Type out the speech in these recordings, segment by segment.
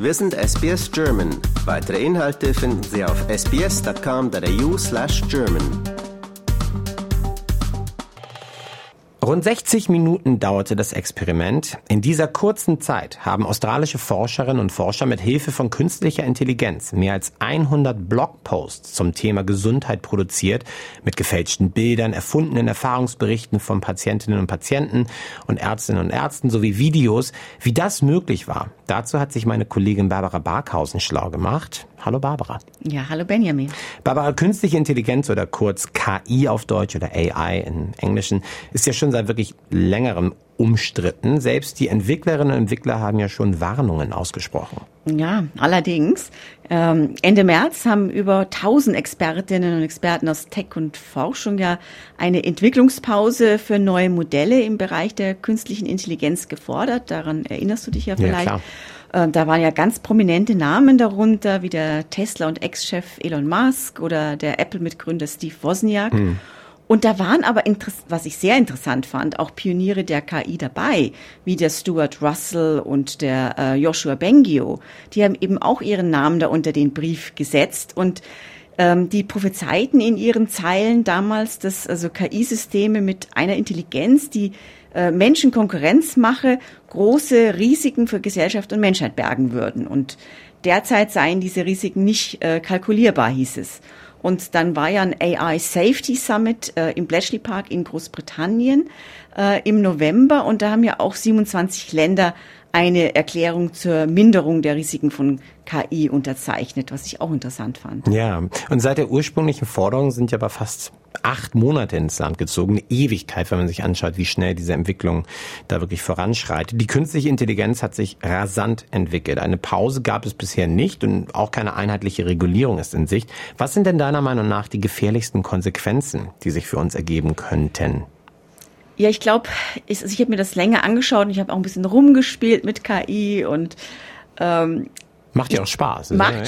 Wir sind SBS German. Weitere Inhalte finden Sie auf sbs.com.au/German. Rund 60 Minuten dauerte das Experiment. In dieser kurzen Zeit haben australische Forscherinnen und Forscher mit Hilfe von künstlicher Intelligenz mehr als 100 Blogposts zum Thema Gesundheit produziert, mit gefälschten Bildern, erfundenen Erfahrungsberichten von Patientinnen und Patienten und Ärztinnen und Ärzten sowie Videos, wie das möglich war. Dazu hat sich meine Kollegin Barbara Barkhausen schlau gemacht. Hallo Barbara. Ja, hallo Benjamin. Barbara, künstliche Intelligenz oder kurz KI auf Deutsch oder AI im Englischen ist ja schon seit wirklich längerem umstritten. Selbst die Entwicklerinnen und Entwickler haben ja schon Warnungen ausgesprochen. Ja, allerdings. Ende März haben über 1000 Expertinnen und Experten aus Tech und Forschung ja eine Entwicklungspause für neue Modelle im Bereich der künstlichen Intelligenz gefordert. Daran erinnerst du dich ja vielleicht. Ja, klar. Da waren ja ganz prominente Namen darunter, wie der Tesla- und Ex-Chef Elon Musk oder der Apple-Mitgründer Steve Wozniak. Und da waren aber, was ich sehr interessant fand, auch Pioniere der KI dabei, wie der Stuart Russell und der Joshua Bengio. Die haben eben auch ihren Namen da unter den Brief gesetzt und die prophezeiten in ihren Zeilen damals, dass also KI-Systeme mit einer Intelligenz, die Menschen Konkurrenz mache, große Risiken für Gesellschaft und Menschheit bergen würden. Und derzeit seien diese Risiken nicht kalkulierbar, hieß es. Und dann war ja ein AI Safety Summit im Bletchley Park in Großbritannien im November. Und da haben ja auch 27 Länder eine Erklärung zur Minderung der Risiken von KI unterzeichnet, was ich auch interessant fand. Ja, und seit der ursprünglichen Forderung sind ja aber fast 8 Monate ins Land gezogen. Eine Ewigkeit, wenn man sich anschaut, wie schnell diese Entwicklung da wirklich voranschreitet. Die künstliche Intelligenz hat sich rasant entwickelt. Eine Pause gab es bisher nicht und auch keine einheitliche Regulierung ist in Sicht. Was sind denn deiner Meinung nach die gefährlichsten Konsequenzen, die sich für uns ergeben könnten? Ja, ich glaube, ich habe mir das länger angeschaut und ich habe auch ein bisschen rumgespielt mit KI und macht ja auch Spaß. Macht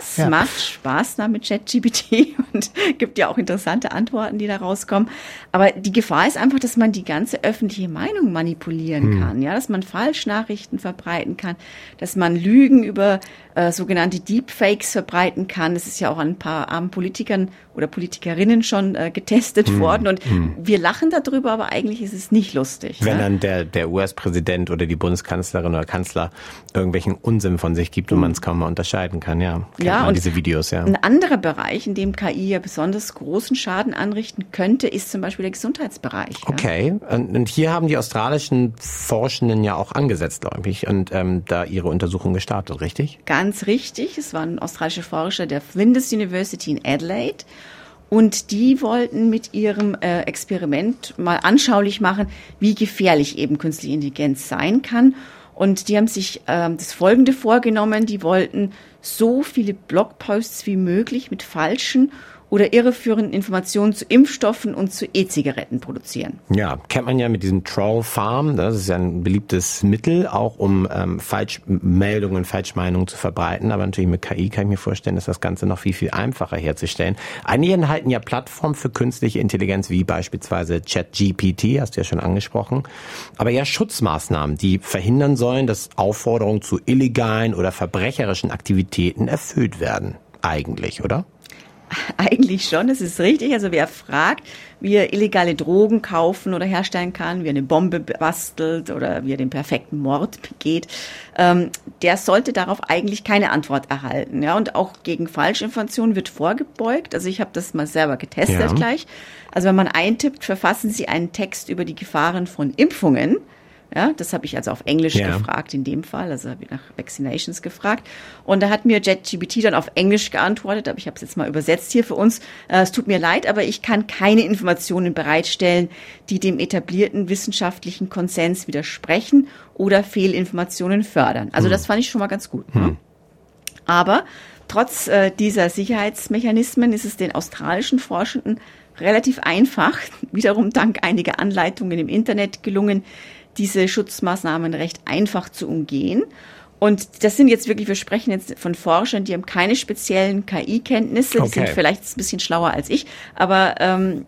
Spaß mit ChatGPT und gibt ja auch interessante Antworten, die da rauskommen. Aber die Gefahr ist einfach, dass man die ganze öffentliche Meinung manipulieren kann, ja, dass man Falschnachrichten verbreiten kann, dass man Lügen über sogenannte Deepfakes verbreiten kann. Das ist ja auch an ein paar armen Politikern oder Politikerinnen schon getestet worden und wir lachen darüber, aber eigentlich ist es nicht lustig. Wenn dann der US-Präsident oder die Bundeskanzlerin oder Kanzler irgendwelchen Unsinn von sich gibt und man es kaum mal unterscheiden kann, kennt man diese Videos, ja. Ein anderer Bereich, in dem KI ja besonders großen Schaden anrichten könnte, ist zum Beispiel der Gesundheitsbereich. Okay, und hier haben die australischen Forschenden ja auch angesetzt, glaube ich, und da ihre Untersuchung gestartet, richtig? Ganz richtig, es waren australische Forscher der Flinders University in Adelaide. Und die wollten mit ihrem Experiment mal anschaulich machen, wie gefährlich eben künstliche Intelligenz sein kann. Und die haben sich das Folgende vorgenommen. Die wollten so viele Blogposts wie möglich mit falschen oder irreführenden Informationen zu Impfstoffen und zu E-Zigaretten produzieren. Ja, kennt man ja mit diesem Troll Farm. Das ist ja ein beliebtes Mittel, auch um Falschmeldungen, Falschmeinungen zu verbreiten. Aber natürlich mit KI kann ich mir vorstellen, ist das Ganze noch viel, viel einfacher herzustellen. Einige enthalten ja Plattformen für künstliche Intelligenz, wie beispielsweise ChatGPT, hast du ja schon angesprochen. Aber ja Schutzmaßnahmen, die verhindern sollen, dass Aufforderungen zu illegalen oder verbrecherischen Aktivitäten erfüllt werden. Eigentlich, oder? Eigentlich schon, das ist richtig. Also wer fragt, wie er illegale Drogen kaufen oder herstellen kann, wie er eine Bombe bastelt oder wie er den perfekten Mord begeht, der sollte darauf eigentlich keine Antwort erhalten. Ja, und auch gegen Falschinformationen wird vorgebeugt. Also ich habe das mal selber getestet gleich. Also wenn man eintippt, verfassen Sie einen Text über die Gefahren von Impfungen. Ja, das habe ich also auf Englisch gefragt in dem Fall, also habe ich nach Vaccinations gefragt. Und da hat mir ChatGPT dann auf Englisch geantwortet, aber ich habe es jetzt mal übersetzt hier für uns. Es tut mir leid, aber ich kann keine Informationen bereitstellen, die dem etablierten wissenschaftlichen Konsens widersprechen oder Fehlinformationen fördern. Also das fand ich schon mal ganz gut. Ne? Aber trotz dieser Sicherheitsmechanismen ist es den australischen Forschenden relativ einfach, wiederum dank einiger Anleitungen im Internet gelungen, diese Schutzmaßnahmen recht einfach zu umgehen. Und das sind jetzt wirklich, wir sprechen jetzt von Forschern, die haben keine speziellen KI-Kenntnisse, die sind vielleicht ein bisschen schlauer als ich, aber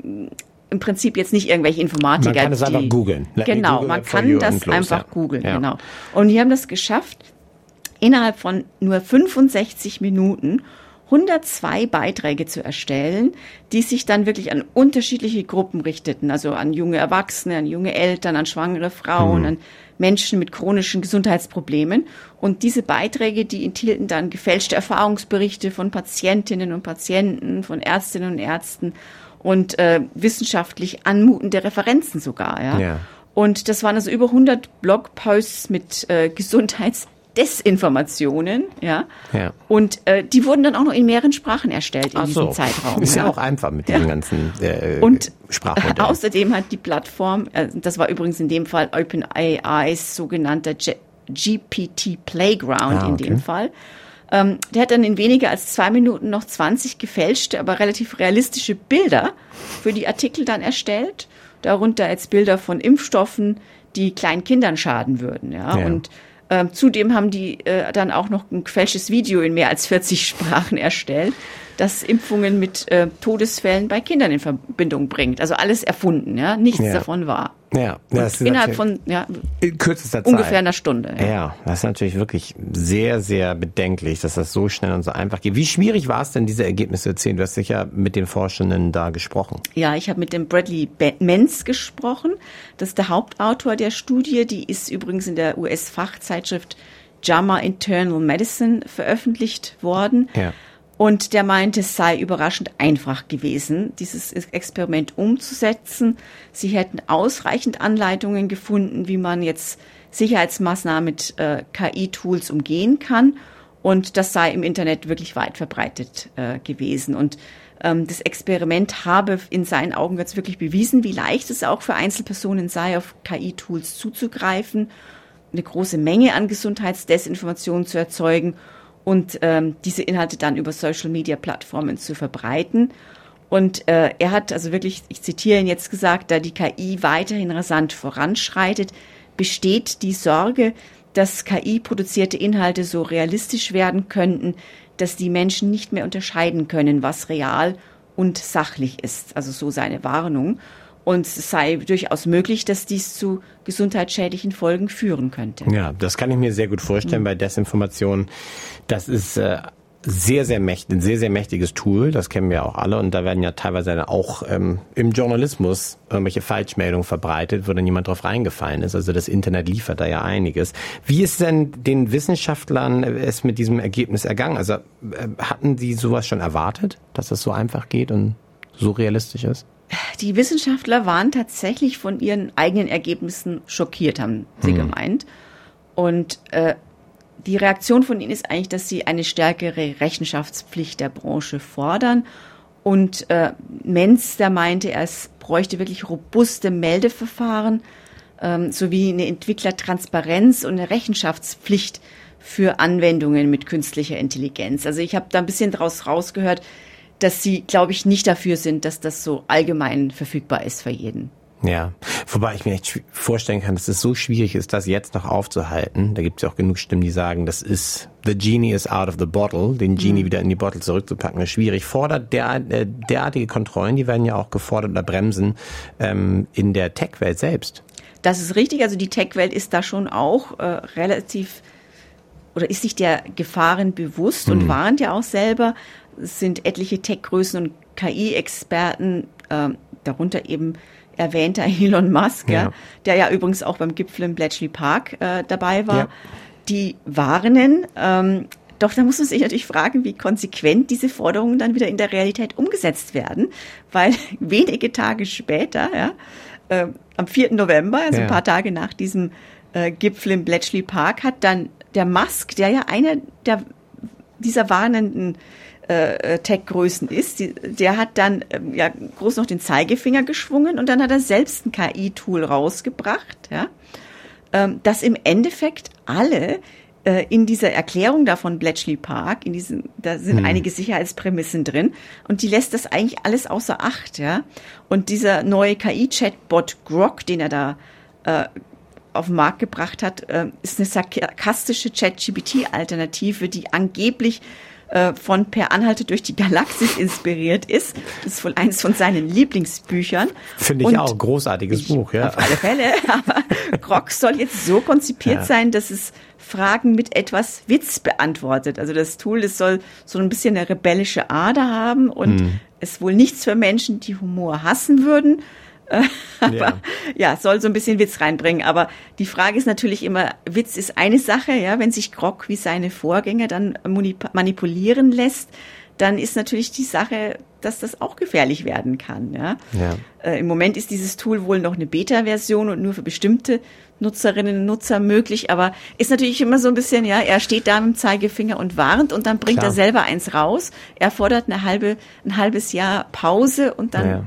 im Prinzip jetzt nicht irgendwelche Informatiker. Man kann es einfach googeln. Genau, man kann das einfach googeln, genau. Und die haben das geschafft, innerhalb von nur 65 Minuten 102 Beiträge zu erstellen, die sich dann wirklich an unterschiedliche Gruppen richteten, also an junge Erwachsene, an junge Eltern, an schwangere Frauen, an Menschen mit chronischen Gesundheitsproblemen. Und diese Beiträge, die enthielten dann gefälschte Erfahrungsberichte von Patientinnen und Patienten, von Ärztinnen und Ärzten und wissenschaftlich anmutende Referenzen sogar. Ja. Und das waren also über 100 Blogposts mit Gesundheitsdesinformationen, ja. Und die wurden dann auch noch in mehreren Sprachen erstellt in diesem Zeitraum. Ist ja auch einfach mit den ganzen Sprachmodellen. Außerdem hat die Plattform, das war übrigens in dem Fall OpenAI's sogenannter GPT Playground in dem Fall, der hat dann in weniger als 2 Minuten noch 20 gefälschte, aber relativ realistische Bilder für die Artikel dann erstellt. Darunter jetzt Bilder von Impfstoffen, die kleinen Kindern schaden würden. Ja. Und zudem haben die dann auch noch ein gefälschtes Video in mehr als 40 Sprachen erstellt, das Impfungen mit Todesfällen bei Kindern in Verbindung bringt. Also alles erfunden, ja, nichts davon war. Ja, das ist innerhalb von in kürzester Zeit. Ungefähr einer Stunde. Ja, das ist natürlich wirklich sehr, sehr bedenklich, dass das so schnell und so einfach geht. Wie schwierig war es denn, diese Ergebnisse zu erzählen? Du hast sicher mit den Forschenden da gesprochen. Ja, ich habe mit dem Bradley Mentz gesprochen. Das ist der Hauptautor der Studie. Die ist übrigens in der US-Fachzeitschrift JAMA Internal Medicine veröffentlicht worden. Ja. Und der meinte, es sei überraschend einfach gewesen, dieses Experiment umzusetzen. Sie hätten ausreichend Anleitungen gefunden, wie man jetzt Sicherheitsmaßnahmen mit KI-Tools umgehen kann. Und das sei im Internet wirklich weit verbreitet gewesen. Und das Experiment habe in seinen Augen jetzt wirklich bewiesen, wie leicht es auch für Einzelpersonen sei, auf KI-Tools zuzugreifen, eine große Menge an Gesundheitsdesinformationen zu erzeugen und diese Inhalte dann über Social-Media-Plattformen zu verbreiten. Und er hat also wirklich, ich zitiere ihn jetzt gesagt, da die KI weiterhin rasant voranschreitet, besteht die Sorge, dass KI-produzierte Inhalte so realistisch werden könnten, dass die Menschen nicht mehr unterscheiden können, was real und sachlich ist. Also so seine Warnung. Und es sei durchaus möglich, dass dies zu gesundheitsschädlichen Folgen führen könnte. Ja, das kann ich mir sehr gut vorstellen bei Desinformation. Das ist sehr, sehr ein sehr, sehr mächtiges Tool. Das kennen wir auch alle. Und da werden ja teilweise auch im Journalismus irgendwelche Falschmeldungen verbreitet, wo dann jemand drauf reingefallen ist. Also das Internet liefert da ja einiges. Wie ist denn den Wissenschaftlern es mit diesem Ergebnis ergangen? Also hatten die sowas schon erwartet, dass das so einfach geht und so realistisch ist? Die Wissenschaftler waren tatsächlich von ihren eigenen Ergebnissen schockiert, haben sie gemeint. Und die Reaktion von ihnen ist eigentlich, dass sie eine stärkere Rechenschaftspflicht der Branche fordern. Und Mentz, der meinte, es bräuchte wirklich robuste Meldeverfahren sowie eine Entwicklertransparenz und eine Rechenschaftspflicht für Anwendungen mit künstlicher Intelligenz. Also ich habe da ein bisschen draus rausgehört, dass sie, glaube ich, nicht dafür sind, dass das so allgemein verfügbar ist für jeden. Ja, wobei ich mir echt vorstellen kann, dass es so schwierig ist, das jetzt noch aufzuhalten. Da gibt es ja auch genug Stimmen, die sagen, das ist the genie is out of the bottle. Den Genie wieder in die Bottle zurückzupacken, ist schwierig. Fordert derartige Kontrollen, die werden ja auch gefordert oder bremsen in der Tech-Welt selbst. Das ist richtig. Also die Tech-Welt ist da schon auch relativ oder ist sich der Gefahren bewusst und warnt ja auch selber. Es sind etliche Tech-Größen und KI-Experten, darunter eben erwähnter Elon Musk, ja, der ja übrigens auch beim Gipfel in Bletchley Park dabei war, die warnen. Doch da muss man sich natürlich fragen, wie konsequent diese Forderungen dann wieder in der Realität umgesetzt werden, weil wenige Tage später, am 4. November, also ein paar Tage nach diesem Gipfel im Bletchley Park, hat dann der Musk, der ja einer dieser warnenden Tech-Größen ist, der hat dann groß noch den Zeigefinger geschwungen und dann hat er selbst ein KI-Tool rausgebracht, das im Endeffekt alle in dieser Erklärung da von Bletchley Park, da sind einige Sicherheitsprämissen drin und die lässt das eigentlich alles außer Acht, Und dieser neue KI-Chatbot Grok, den er da auf den Markt gebracht hat, ist eine sarkastische ChatGPT-Alternative, die angeblich von Per Anhalter durch die Galaxis inspiriert ist. Das ist wohl eines von seinen Lieblingsbüchern. Finde ich auch, großartiges Buch, ja. Auf alle Fälle, aber Grok soll jetzt so konzipiert sein, dass es Fragen mit etwas Witz beantwortet. Also das Tool, das soll so ein bisschen eine rebellische Ader haben und ist wohl nichts für Menschen, die Humor hassen würden. Aber soll so ein bisschen Witz reinbringen. Aber die Frage ist natürlich immer, Witz ist eine Sache, ja, wenn sich Grok wie seine Vorgänger dann manipulieren lässt, dann ist natürlich die Sache, dass das auch gefährlich werden kann. Ja? Im Moment ist dieses Tool wohl noch eine Beta-Version und nur für bestimmte Nutzerinnen und Nutzer möglich, aber ist natürlich immer so ein bisschen, ja, er steht da mit dem Zeigefinger und warnt und dann bringt er selber eins raus. Er fordert ein halbes Jahr Pause und dann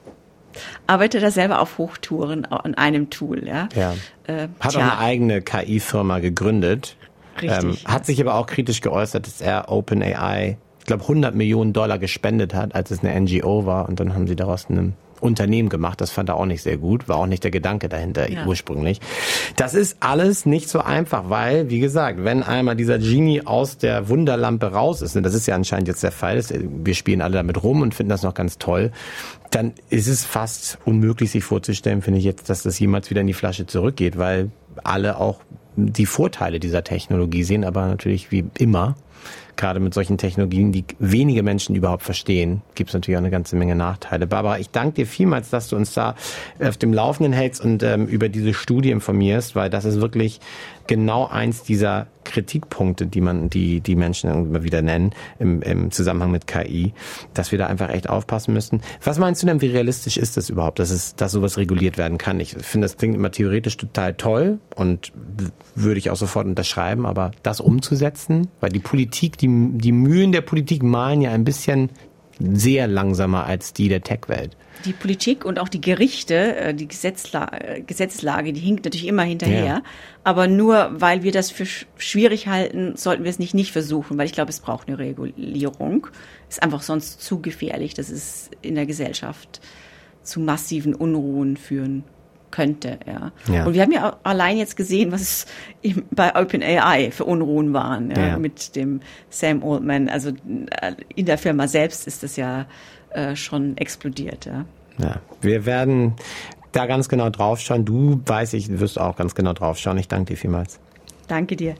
arbeitet er selber auf Hochtouren an einem Tool. Ja. Hat auch eine eigene KI-Firma gegründet. Richtig. Hat sich aber auch kritisch geäußert, dass er OpenAI, ich glaube, $100 Millionen gespendet hat, als es eine NGO war. Und dann haben sie daraus ein Unternehmen gemacht. Das fand er auch nicht sehr gut. War auch nicht der Gedanke dahinter ursprünglich. Das ist alles nicht so einfach, weil, wie gesagt, wenn einmal dieser Genie aus der Wunderlampe raus ist, und das ist ja anscheinend jetzt der Fall, wir spielen alle damit rum und finden das noch ganz toll, dann ist es fast unmöglich, sich vorzustellen, finde ich jetzt, dass das jemals wieder in die Flasche zurückgeht, weil alle auch die Vorteile dieser Technologie sehen, aber natürlich wie immer, gerade mit solchen Technologien, die wenige Menschen überhaupt verstehen, gibt es natürlich auch eine ganze Menge Nachteile. Barbara, ich danke dir vielmals, dass du uns da auf dem Laufenden hältst und über diese Studie informierst, weil das ist wirklich genau eins dieser Kritikpunkte, die Menschen immer wieder nennen im Zusammenhang mit KI, dass wir da einfach echt aufpassen müssen. Was meinst du denn, wie realistisch ist das überhaupt, dass sowas reguliert werden kann? Ich finde, das klingt immer theoretisch total toll und würde ich auch sofort unterschreiben, aber das umzusetzen, weil die Politik, die Mühlen der Politik malen ja ein bisschen sehr langsamer als die der Tech-Welt. Die Politik und auch die Gerichte, die Gesetzlage, die hinkt natürlich immer hinterher. Ja. Aber nur weil wir das für schwierig halten, sollten wir es nicht versuchen, weil ich glaube, es braucht eine Regulierung. Ist einfach sonst zu gefährlich, dass es in der Gesellschaft zu massiven Unruhen führen könnte. Ja. Und wir haben ja allein jetzt gesehen, was es bei OpenAI für Unruhen waren, mit dem Sam Altman. Also in der Firma selbst ist das ja schon explodiert. Ja, wir werden da ganz genau drauf schauen. Du, weiß ich, wirst auch ganz genau drauf schauen. Ich danke dir vielmals. Danke dir.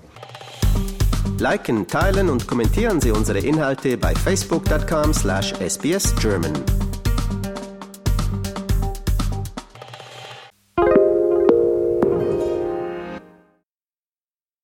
Liken, teilen und kommentieren Sie unsere Inhalte bei facebook.com/sbsgerman.